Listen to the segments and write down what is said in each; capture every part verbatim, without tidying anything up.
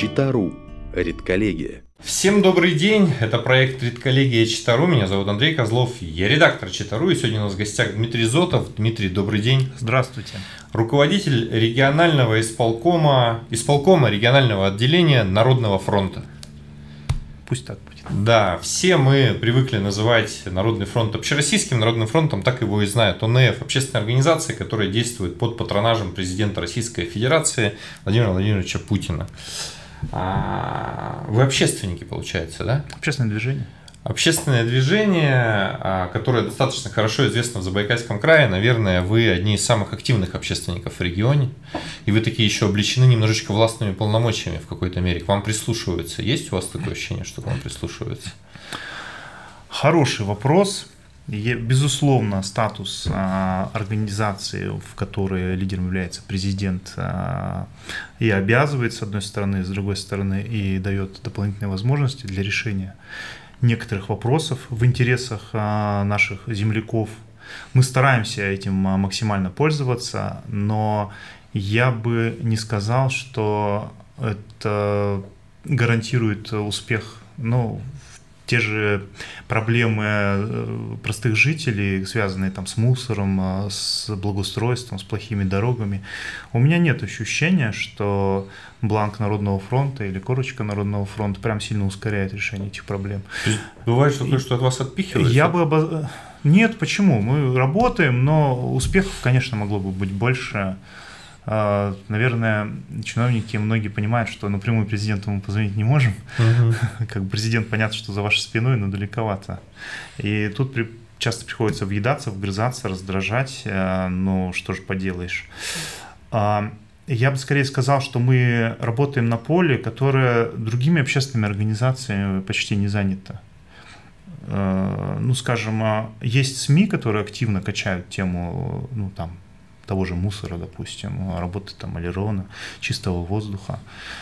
Чита.ру. Редколлегия. Всем добрый день, это проект Редколлегия Чита.ру, меня зовут Андрей Козлов, я редактор Чита.ру, и сегодня у нас в гостях Дмитрий Зотов. Дмитрий, добрый день. Здравствуйте. Руководитель регионального исполкома, исполкома регионального отделения Народного фронта. Пусть так будет. Да, все мы привыкли называть Народный фронт общероссийским Народным фронтом, так его и знают. ОНФ – общественная организация, которая действует под патронажем президента Российской Федерации Владимира Владимировича Путина. Вы общественники, получается, да? Общественное движение. Общественное движение, которое достаточно хорошо известно в Забайкальском крае. Наверное, вы одни из самых активных общественников в регионе. И вы такие еще облечены немножечко властными полномочиями в какой-то мере. К вам прислушиваются. Есть у вас такое ощущение, что к вам прислушиваются? Хороший вопрос. Безусловно, статус организации, в которой лидером является президент, и обязывает, с одной стороны, с другой стороны, и дает дополнительные возможности для решения некоторых вопросов в интересах наших земляков. Мы стараемся этим максимально пользоваться, но я бы не сказал, что это гарантирует успех, ну, те же проблемы простых жителей, связанные там с мусором, с благоустройством, с плохими дорогами. У меня нет ощущения, что бланк Народного фронта или корочка Народного фронта прям сильно ускоряет решение этих проблем. Бывает, что кое-что от вас отпихивается? Я бы обоз... Нет, почему? Мы работаем, но успехов, конечно, могло бы быть больше. Наверное, чиновники многие понимают, что напрямую президенту мы позвонить не можем. Uh-huh. Как бы президент, понятно, что за вашей спиной, но далековато. И тут при... часто приходится въедаться, вгрызаться, раздражать. Ну, что же поделаешь. Я бы скорее сказал, что мы работаем на поле, которое другими общественными организациями почти не занято. Ну, скажем, есть СМИ, которые активно качают тему, ну, там, того же мусора, допустим, работы там малярона, чистого воздуха,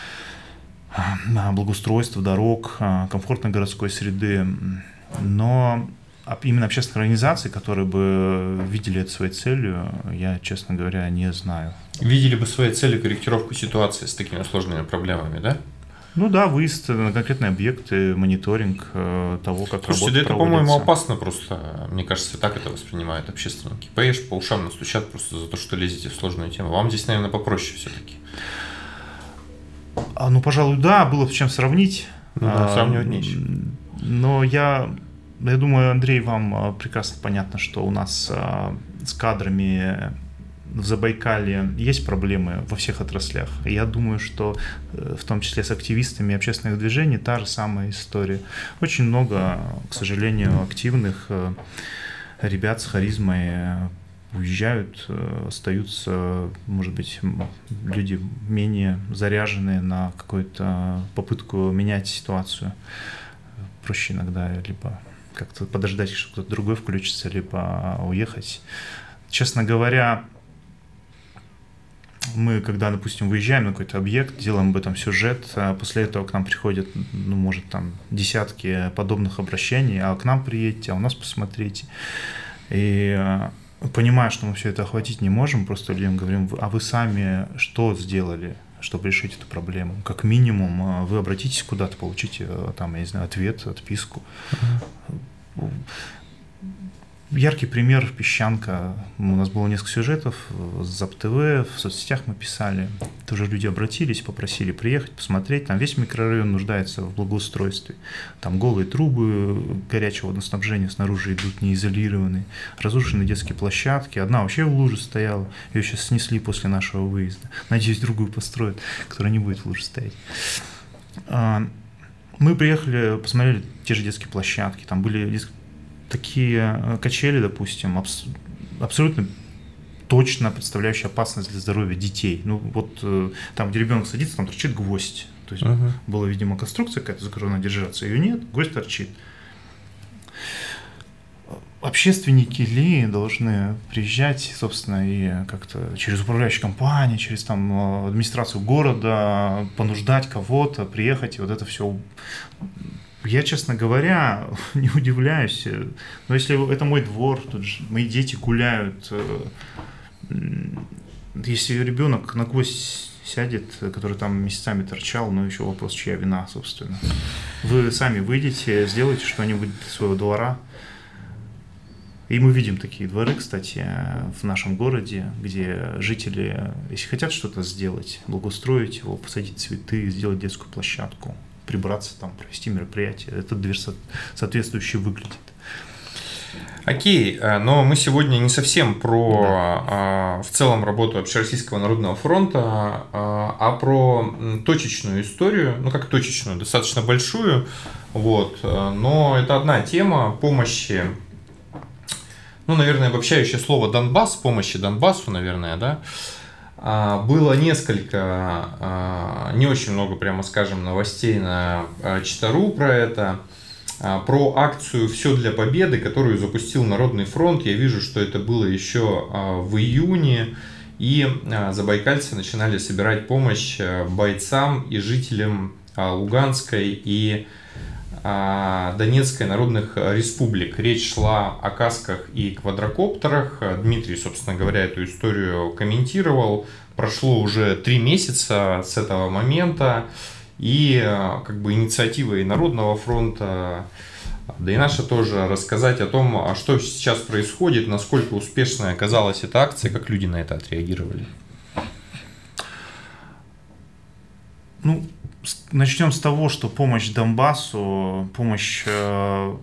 благоустройства дорог, комфортной городской среды. Но именно общественных организаций, которые бы видели это своей целью, я, честно говоря, не знаю. Видели бы своей целью корректировку ситуации с такими сложными проблемами, да? Ну да, выезд на конкретные объекты, мониторинг того, как Слушайте, работа да это, проводится. по-моему, опасно просто. Мне кажется, так это воспринимают общественники. Поешь, по ушам настучат просто за то, что лезете в сложную тему. Вам здесь, наверное, попроще все-таки. А, ну, пожалуй, да, было с чем сравнить. Ну, да, сравнивать нечего. Но я, я думаю, Андрей, вам прекрасно понятно, что у нас с кадрами в Забайкалье есть проблемы во всех отраслях. И я думаю, что в том числе с активистами общественных движений та же самая история. Очень много, к сожалению, активных ребят с харизмой уезжают, остаются, может быть, люди менее заряженные на какую-то попытку менять ситуацию. Проще иногда либо как-то подождать, что кто-то другой включится, либо уехать. Честно говоря, мы, когда, допустим, выезжаем на какой-то объект, делаем об этом сюжет, а после этого к нам приходят, ну, может, там, десятки подобных обращений, а к нам приедете, а у нас посмотрите. И понимая, что мы все это охватить не можем, просто людям говорим, а вы сами что сделали, чтобы решить эту проблему? Как минимум, вы обратитесь куда-то, получите, там, я не знаю, ответ, отписку. Uh-huh. Яркий пример – Песчанка. У нас было несколько сюжетов с ЗапТВ, в соцсетях мы писали. Тоже люди обратились, попросили приехать, посмотреть. Там весь микрорайон нуждается в благоустройстве. Там голые трубы горячего водоснабжения снаружи идут неизолированные. Разрушены детские площадки. Одна вообще в луже стояла. Ее сейчас снесли после нашего выезда. Надеюсь, другую построят, которая не будет в луже стоять. Мы приехали, посмотрели те же детские площадки. Там были такие качели, допустим, абс- абсолютно точно представляющие опасность для здоровья детей. Ну вот там, где ребенок садится, там торчит гвоздь. То есть uh-huh. была, видимо, конструкция какая-то, за которую надо держаться. Ее нет, гвоздь торчит. Общественники ли должны приезжать, собственно, и как-то через управляющую компанию, через там администрацию города понуждать кого-то приехать и вот это все. Я, честно говоря, не удивляюсь, но если это мой двор, тут же мои дети гуляют, если ребенок на гвоздь сядет, который там месяцами торчал, но еще вопрос, чья вина, собственно. Вы сами выйдете, сделаете что-нибудь для своего двора. И мы видим такие дворы, кстати, в нашем городе, где жители, если хотят что-то сделать, благоустроить его, посадить цветы, сделать детскую площадку, прибраться там, провести мероприятие, этот двор соответствующе выглядит. Окей, но мы сегодня не совсем про да. в целом работу Общероссийского народного фронта, а про точечную историю, ну как точечную, достаточно большую, вот, но это одна тема помощи, ну, наверное, обобщающее слово Донбасс, помощи Донбассу, наверное, да. Было несколько, не очень много, прямо скажем, новостей на Чита.ру про это. Про акцию «Все для победы», которую запустил Народный фронт. Я вижу, что это было еще в июне. И забайкальцы начинали собирать помощь бойцам и жителям Луганской и Донецкой народных республик. Речь шла о касках и квадрокоптерах. Дмитрий, собственно говоря, эту историю комментировал. Прошло уже три месяца с этого момента. И как бы инициатива и Народного фронта, да и наша тоже, рассказать о том, что сейчас происходит, насколько успешной оказалась эта акция, как люди на это отреагировали. Ну, начнем с того, что помощь Донбассу, помощь э,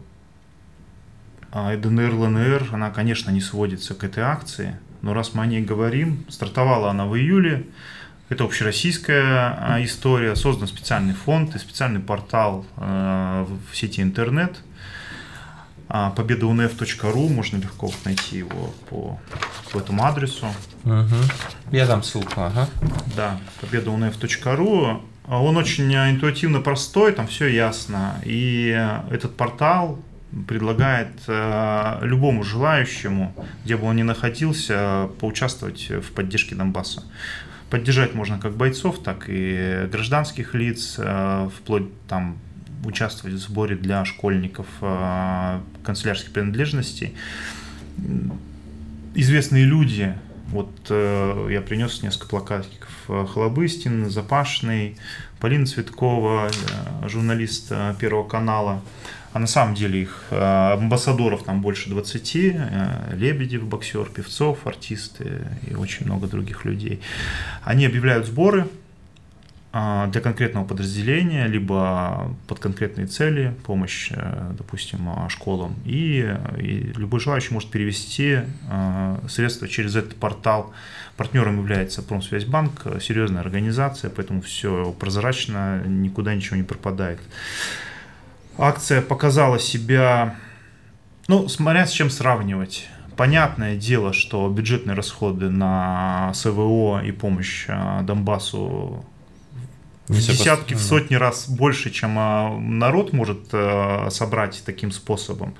ДНР, ЛНР, она, конечно, не сводится к этой акции, но раз мы о ней говорим, стартовала она в июле. Это общероссийская история, создан специальный фонд и специальный портал в сети интернет победа у эн эф точка ру, можно легко найти его по, по этому адресу. Угу. Я дам ссылку. Ага. Да, победа у эн эф точка ру. Он очень интуитивно простой, там все ясно. И этот портал предлагает любому желающему, где бы он ни находился, поучаствовать в поддержке Донбасса. Поддержать можно как бойцов, так и гражданских лиц, вплоть там участвовать в сборе для школьников канцелярских принадлежностей. Известные люди, вот я принес несколько плакатиков: Хлобыстин, Запашный, Полина Цветкова, журналист Первого канала. А на самом деле их амбассадоров там больше двадцати, Лебедев, боксер, Певцов, артисты и очень много других людей. Они объявляют сборы для конкретного подразделения, либо под конкретные цели, помощь, допустим, школам. И, и любой желающий может перевести средства через этот портал. Партнером является Промсвязьбанк, серьезная организация, поэтому все прозрачно, никуда ничего не пропадает. Акция показала себя, ну, смотря с чем сравнивать. Понятное дело, что бюджетные расходы на СВО и помощь Донбассу в десятки, в сотни раз больше, чем народ может собрать таким способом.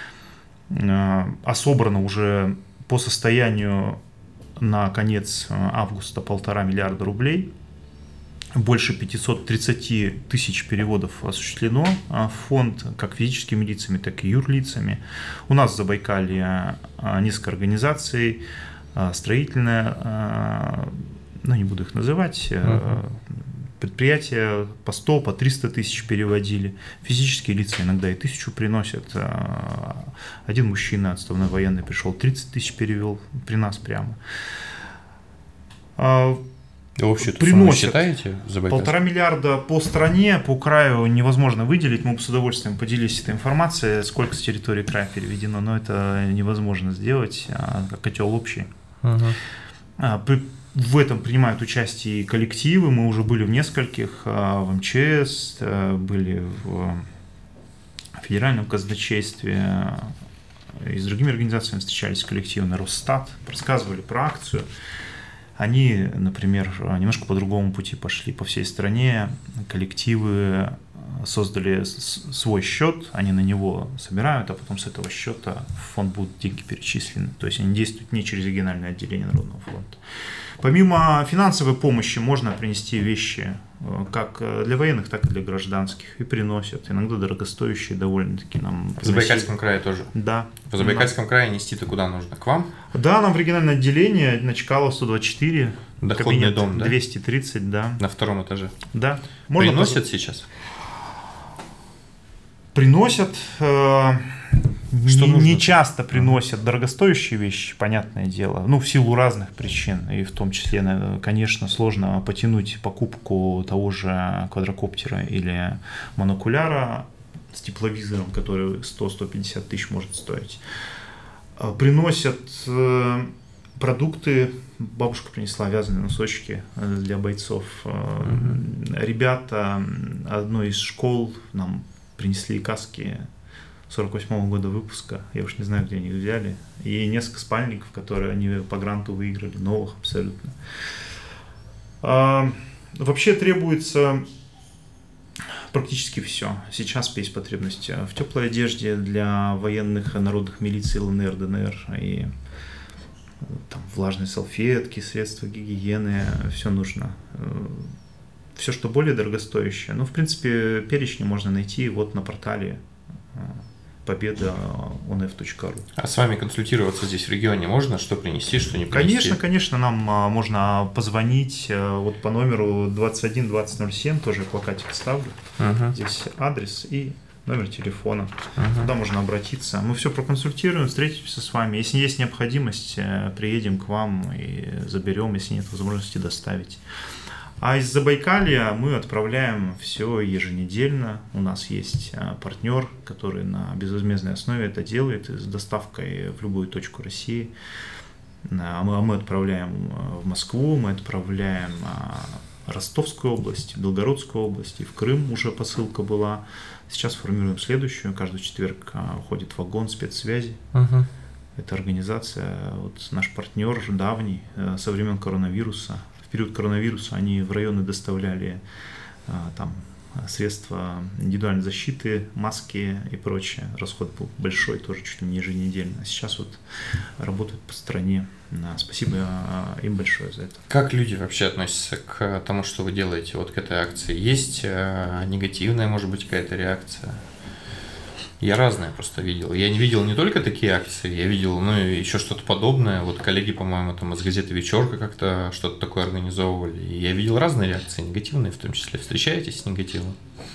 А собрано уже по состоянию на конец августа полтора миллиарда рублей. Больше пятьсот тридцать тысяч переводов осуществлено в фонд как физическими лицами, так и юрлицами. У нас в Забайкалье несколько организаций, строительная, ну не буду их называть, uh-huh. предприятия по сто, по триста тысяч переводили. Физические лица иногда и тысячу приносят. Один мужчина, отставной военный, пришел, тридцать тысяч перевел при нас прямо. Общую сумму считаете? Полтора миллиарда по стране, по краю невозможно выделить. Мы бы с удовольствием поделились этой информацией, сколько с территории края переведено, но это невозможно сделать, как котел общий. Uh-huh. В этом принимают участие и коллективы. Мы уже были в нескольких, в эм че эс, были в федеральном казначействе, и с другими организациями встречались коллективы, Росстат, рассказывали про акцию. Они, например, немножко по другому пути пошли по всей стране. Коллективы создали свой счет, они на него собирают, а потом с этого счета в фонд будут деньги перечислены. То есть они действуют не через региональное отделение Народного фронта. Помимо финансовой помощи можно принести вещи как для военных, так и для гражданских, и приносят. Иногда дорогостоящие довольно-таки нам. В Забайкальском крае тоже? Да. В Забайкальском да. крае нести-то куда нужно? К вам? Да, нам в региональное отделение на Чкалова сто двадцать четыре. Доходный дом, да? двести тридцать, да. На втором этаже? Да. Можно приносят поз... сейчас? Приносят. Э... Что не, нужно? не часто приносят дорогостоящие вещи, понятное дело, ну, в силу разных причин, и в том числе, конечно, сложно потянуть покупку того же квадрокоптера или монокуляра с тепловизором, который сто - сто пятьдесят тысяч может стоить. Приносят продукты, бабушка принесла вязаные носочки для бойцов. Mm-hmm. Ребята одной из школ нам принесли каски сорок восьмого года выпуска, я уж не знаю, где они их взяли, и несколько спальников, которые они по гранту выиграли, новых абсолютно. А, вообще требуется практически все. Сейчас есть потребность в теплой одежде для военных, народных милиций ЛНР, ДНР, и там влажные салфетки, средства гигиены, все нужно. Все, что более дорогостоящее. Ну, в принципе, перечни можно найти вот на портале победа онэф точка ру. А с вами консультироваться здесь в регионе можно? Что принести, что не принести? Конечно, конечно, нам можно позвонить вот по номеру двадцать один двадцать ноль семь, тоже плакатик ставлю. Uh-huh. Здесь адрес и номер телефона. Uh-huh. Туда можно обратиться. Мы все проконсультируем, встретимся с вами. Если есть необходимость, приедем к вам и заберем, если нет возможности доставить. А из Забайкалья мы отправляем все еженедельно. У нас есть партнер, который на безвозмездной основе это делает с доставкой в любую точку России. А мы, мы отправляем в Москву, мы отправляем в Ростовскую область, Белгородскую область, и в Крым уже посылка была. Сейчас формируем следующую. Каждый четверг уходит вагон спецсвязи. Uh-huh. Это организация, вот наш партнер давний, со времен коронавируса. В период коронавируса они в районы доставляли а, там средства индивидуальной защиты, маски и прочее. Расход был большой, тоже чуть ли не еженедельно. А сейчас вот работают по стране. Да, спасибо им большое за это. Как люди вообще относятся к тому, что вы делаете, вот к этой акции? Есть а, негативная, может быть, какая-то реакция? Я разное просто видел. Я не видел не только такие акции, я видел, ну, еще что-то подобное. Вот коллеги, по-моему, там из газеты «Вечерка» как-то что-то такое организовывали. И я видел разные реакции, негативные в том числе. Встречаетесь с негативом?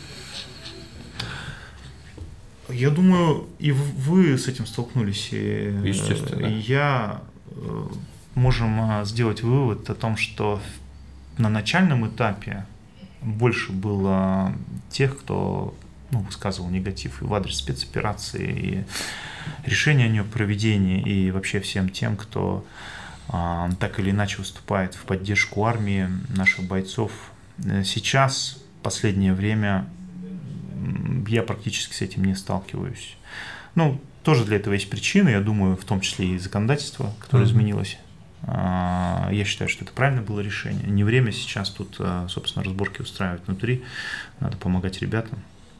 Я думаю, и вы с этим столкнулись. И естественно. Я можем сделать вывод о том, что на начальном этапе больше было тех, кто ну, высказывал негатив и в адрес спецоперации, и решения о ее проведении, и вообще всем тем, кто а, так или иначе выступает в поддержку армии, наших бойцов. Сейчас, в последнее время, я практически с этим не сталкиваюсь. Ну, тоже для этого есть причины, я думаю, в том числе и законодательство, которое mm-hmm. изменилось. А, я считаю, что это правильное было решение. Не время сейчас тут, собственно, разборки устраивать внутри, надо помогать ребятам.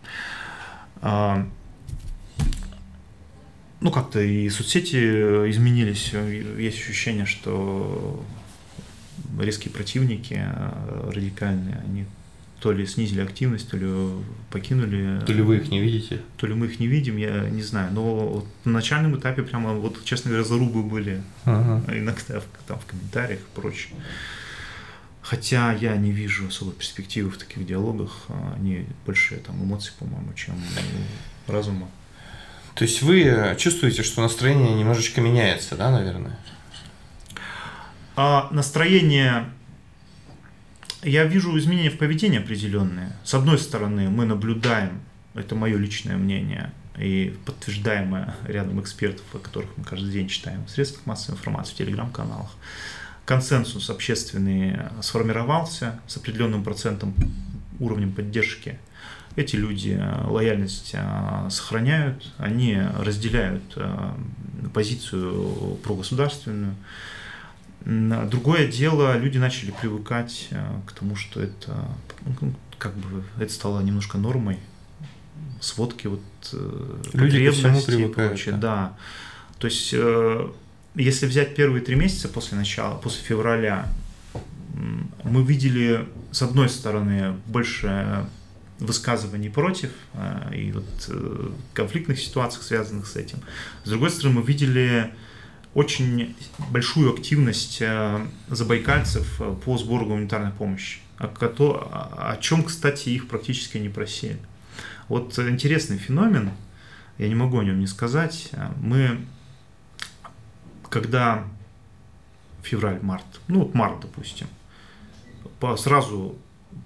Ну, как-то и соцсети изменились. Есть ощущение, что резкие противники, радикальные, они то ли снизили активность, то ли покинули. То ли вы их не видите? То ли мы их не видим, я не знаю. Но вот на начальном этапе прямо, вот, честно говоря, зарубы были. Ага. Иногда там, в комментариях и прочее. Хотя я не вижу особой перспективы в таких диалогах, они больше там эмоций, по-моему, чем разума. То есть вы чувствуете, что настроение немножечко меняется, да, наверное? А настроение, я вижу изменения в поведении определенные. С одной стороны, мы наблюдаем, это мое личное мнение, и подтверждаемое рядом экспертов, о которых мы каждый день читаем в средствах массовой информации, в телеграм-каналах. Консенсус общественный сформировался с определенным процентом уровнем поддержки. Эти люди лояльность сохраняют, они разделяют позицию прогосударственную. Другое дело, люди начали привыкать к тому, что это, как бы, это стало немножко нормой. Сводки, вот, люди ко всему привыкают, прочее, да. То есть если взять первые три месяца после начала, после февраля, мы видели с одной стороны, больше высказываний против и вот конфликтных ситуаций, связанных с этим. С другой стороны, мы видели очень большую активность забайкальцев по сбору гуманитарной помощи, о чем, кстати, их практически не просили. Вот интересный феномен, я не могу о нем не сказать. Мы, когда февраль-март, ну вот март, допустим, сразу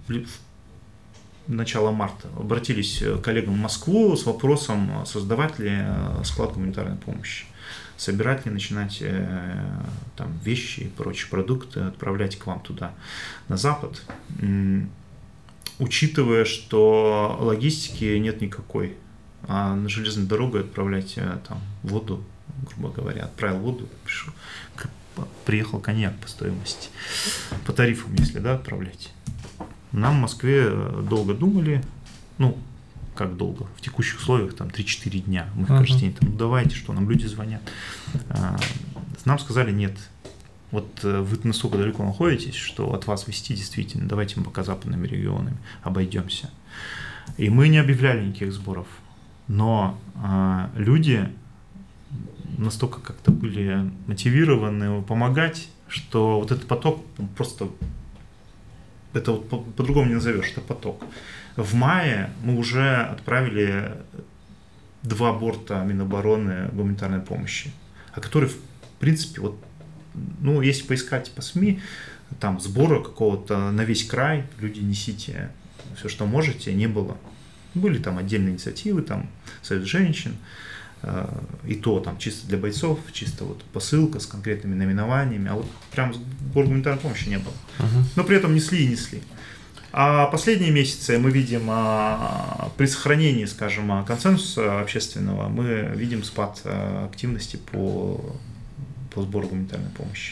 начало марта обратились к коллегам в Москву с вопросом, создавать ли склад гуманитарной помощи, собирать ли, начинать там вещи и прочие продукты, отправлять к вам туда, на Запад, учитывая, что логистики нет никакой, а на железной дорогой отправлять там воду, грубо говоря, отправил воду, пришел, приехал коньяк по стоимости, по тарифам, если, да, отправлять. Нам в Москве долго думали, ну, как долго, в текущих условиях, там, три-четыре дня, мы uh-huh. каждый день, там, ну, давайте, что, нам люди звонят. Нам сказали, нет, вот вы настолько далеко находитесь, что от вас везти действительно, давайте мы пока западными регионами обойдемся. И мы не объявляли никаких сборов, но а, люди настолько как-то были мотивированы помогать, что вот этот поток просто... Это вот по- по-другому не назовешь, это поток. В мае мы уже отправили два борта Минобороны гуманитарной помощи, о которой, в принципе, вот, ну, если поискать по СМИ, там сбора какого-то на весь край, люди несите все, что можете, не было. Были там отдельные инициативы, там Союз женщин, и то там чисто для бойцов, чисто вот посылка с конкретными наименованиями, а вот прям сбор гуманитарной помощи не было. Uh-huh. Но при этом несли и несли. А последние месяцы мы видим а, при сохранении, скажем, консенсуса общественного, мы видим спад а, активности по, по сбору гуманитарной помощи.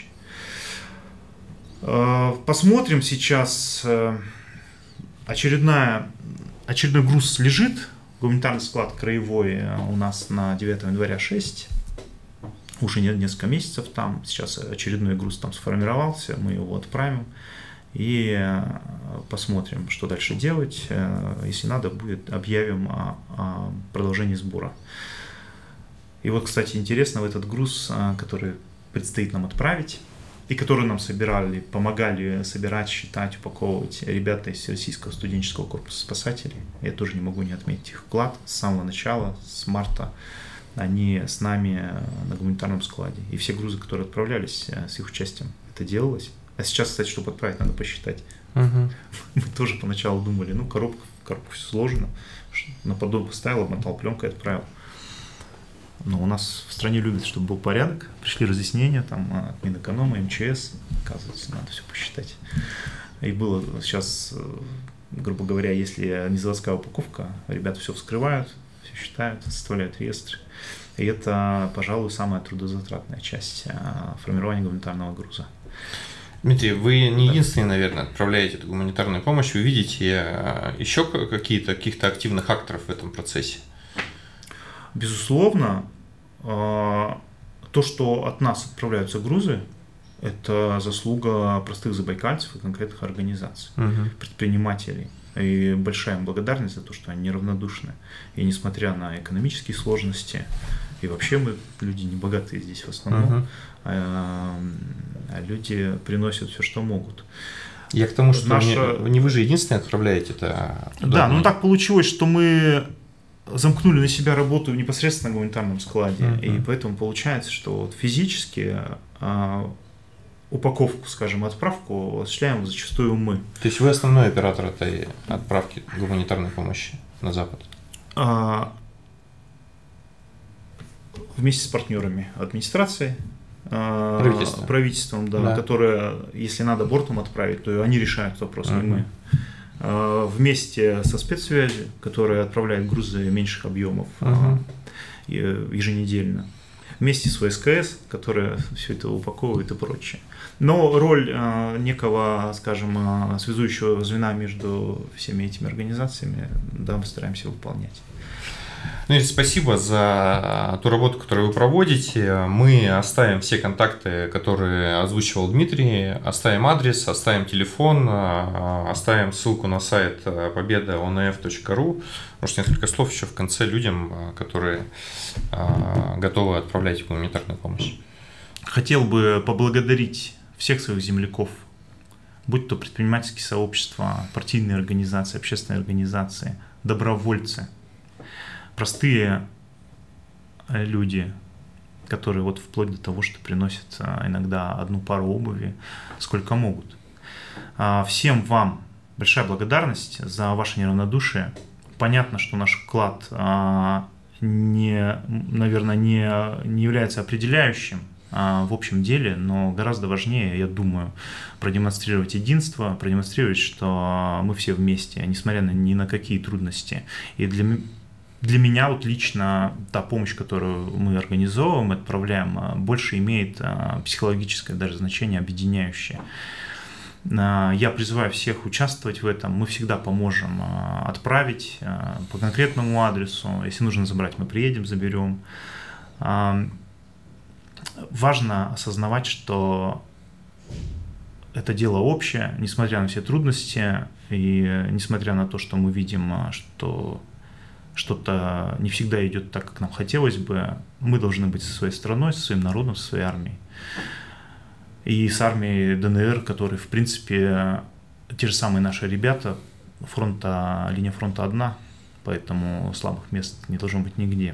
А, посмотрим сейчас, а, очередная, очередной груз лежит. Гуманитарный склад краевой у нас на девятого января шесть, уже несколько месяцев там, сейчас очередной груз там сформировался, мы его отправим и посмотрим, что дальше делать. Если надо будет, объявим о, о продолжении сбора. И вот, кстати, интересно, в этот груз, который предстоит нам отправить, и которые нам собирали, помогали собирать, считать, упаковывать ребята из Российского студенческого корпуса спасателей. Я тоже не могу не отметить их вклад. С самого начала, с марта, они с нами на гуманитарном складе. И все грузы, которые отправлялись с их участием, это делалось. А сейчас, кстати, чтобы отправить, надо посчитать. Uh-huh. Мы тоже поначалу думали, ну, коробка, коробка все сложно. На поддон поставил, обмотал пленкой, отправил. Но у нас в стране любят, чтобы был порядок. Пришли разъяснения там, от Минэконома, эм че эс. Оказывается, надо все посчитать. И было сейчас, грубо говоря, если не заводская упаковка, ребята все вскрывают, все считают, составляют реестры. И это, пожалуй, самая трудозатратная часть формирования гуманитарного груза. Дмитрий, вы не единственный, наверное, отправляете эту гуманитарную помощь. Вы видите еще какие-то, каких-то активных акторов в этом процессе? Безусловно, то, что от нас отправляются грузы, это заслуга простых забайкальцев и конкретных организаций, угу. предпринимателей. И большая им благодарность за то, что они неравнодушны. И несмотря на экономические сложности, и вообще мы люди не богатые здесь в основном, угу. а, а люди приносят все, что могут. Я к тому, что Наша... не, не вы же единственные отправляете это. Да, ну так получилось, что мы замкнули на себя работу непосредственно на гуманитарном складе, uh-huh. и поэтому получается, что вот физически а, упаковку, скажем, отправку осуществляем зачастую мы. То есть вы основной оператор этой отправки гуманитарной помощи на Запад? А, вместе с партнерами администрации, а, правительством, правительством да, да. которое, если надо бортом отправить, то они решают вопрос, uh-huh. не мы. Вместе со спецсвязью, которая отправляет грузы меньших объемов uh-huh. еженедельно. Вместе с вэ эс ка эс, которая все это упаковывает и прочее. Но роль некого, скажем, связующего звена между всеми этими организациями, да, мы стараемся выполнять. Ну и спасибо за ту работу, которую вы проводите. Мы оставим все контакты, которые озвучивал Дмитрий, оставим адрес, оставим телефон, оставим ссылку на сайт победа о эн эф точка ру. Может, несколько слов еще в конце людям, которые готовы отправлять гуманитарную помощь. Хотел бы поблагодарить всех своих земляков, будь то предпринимательские сообщества, партийные организации, общественные организации, добровольцы, простые люди, которые вот вплоть до того, что приносят иногда одну пару обуви, сколько могут. Всем вам большая благодарность за ваше неравнодушие. Понятно, что наш вклад, не, наверное, не, не является определяющим в общем деле, но гораздо важнее, я думаю, продемонстрировать единство, продемонстрировать, что мы все вместе, несмотря на ни на какие трудности. И для Для меня вот лично та помощь, которую мы организовываем, отправляем, больше имеет психологическое даже значение, объединяющее. Я призываю всех участвовать в этом. Мы всегда поможем отправить по конкретному адресу. Если нужно забрать, мы приедем, заберем. Важно осознавать, что это дело общее, несмотря на все трудности и несмотря на то, что мы видим, что что-то не всегда идет так, как нам хотелось бы, мы должны быть со своей страной, со своим народом, со своей армией. И с армией дэ эн эр, которые, в принципе, те же самые наши ребята, фронта, линия фронта одна, поэтому слабых мест не должно быть нигде.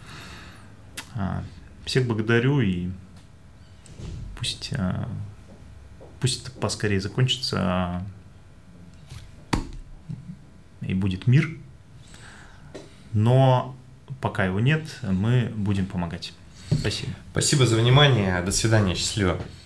Всех благодарю, и пусть, пусть это поскорее закончится, и будет мир. Но пока его нет, мы будем помогать. Спасибо. Спасибо за внимание. До свидания. Счастливо.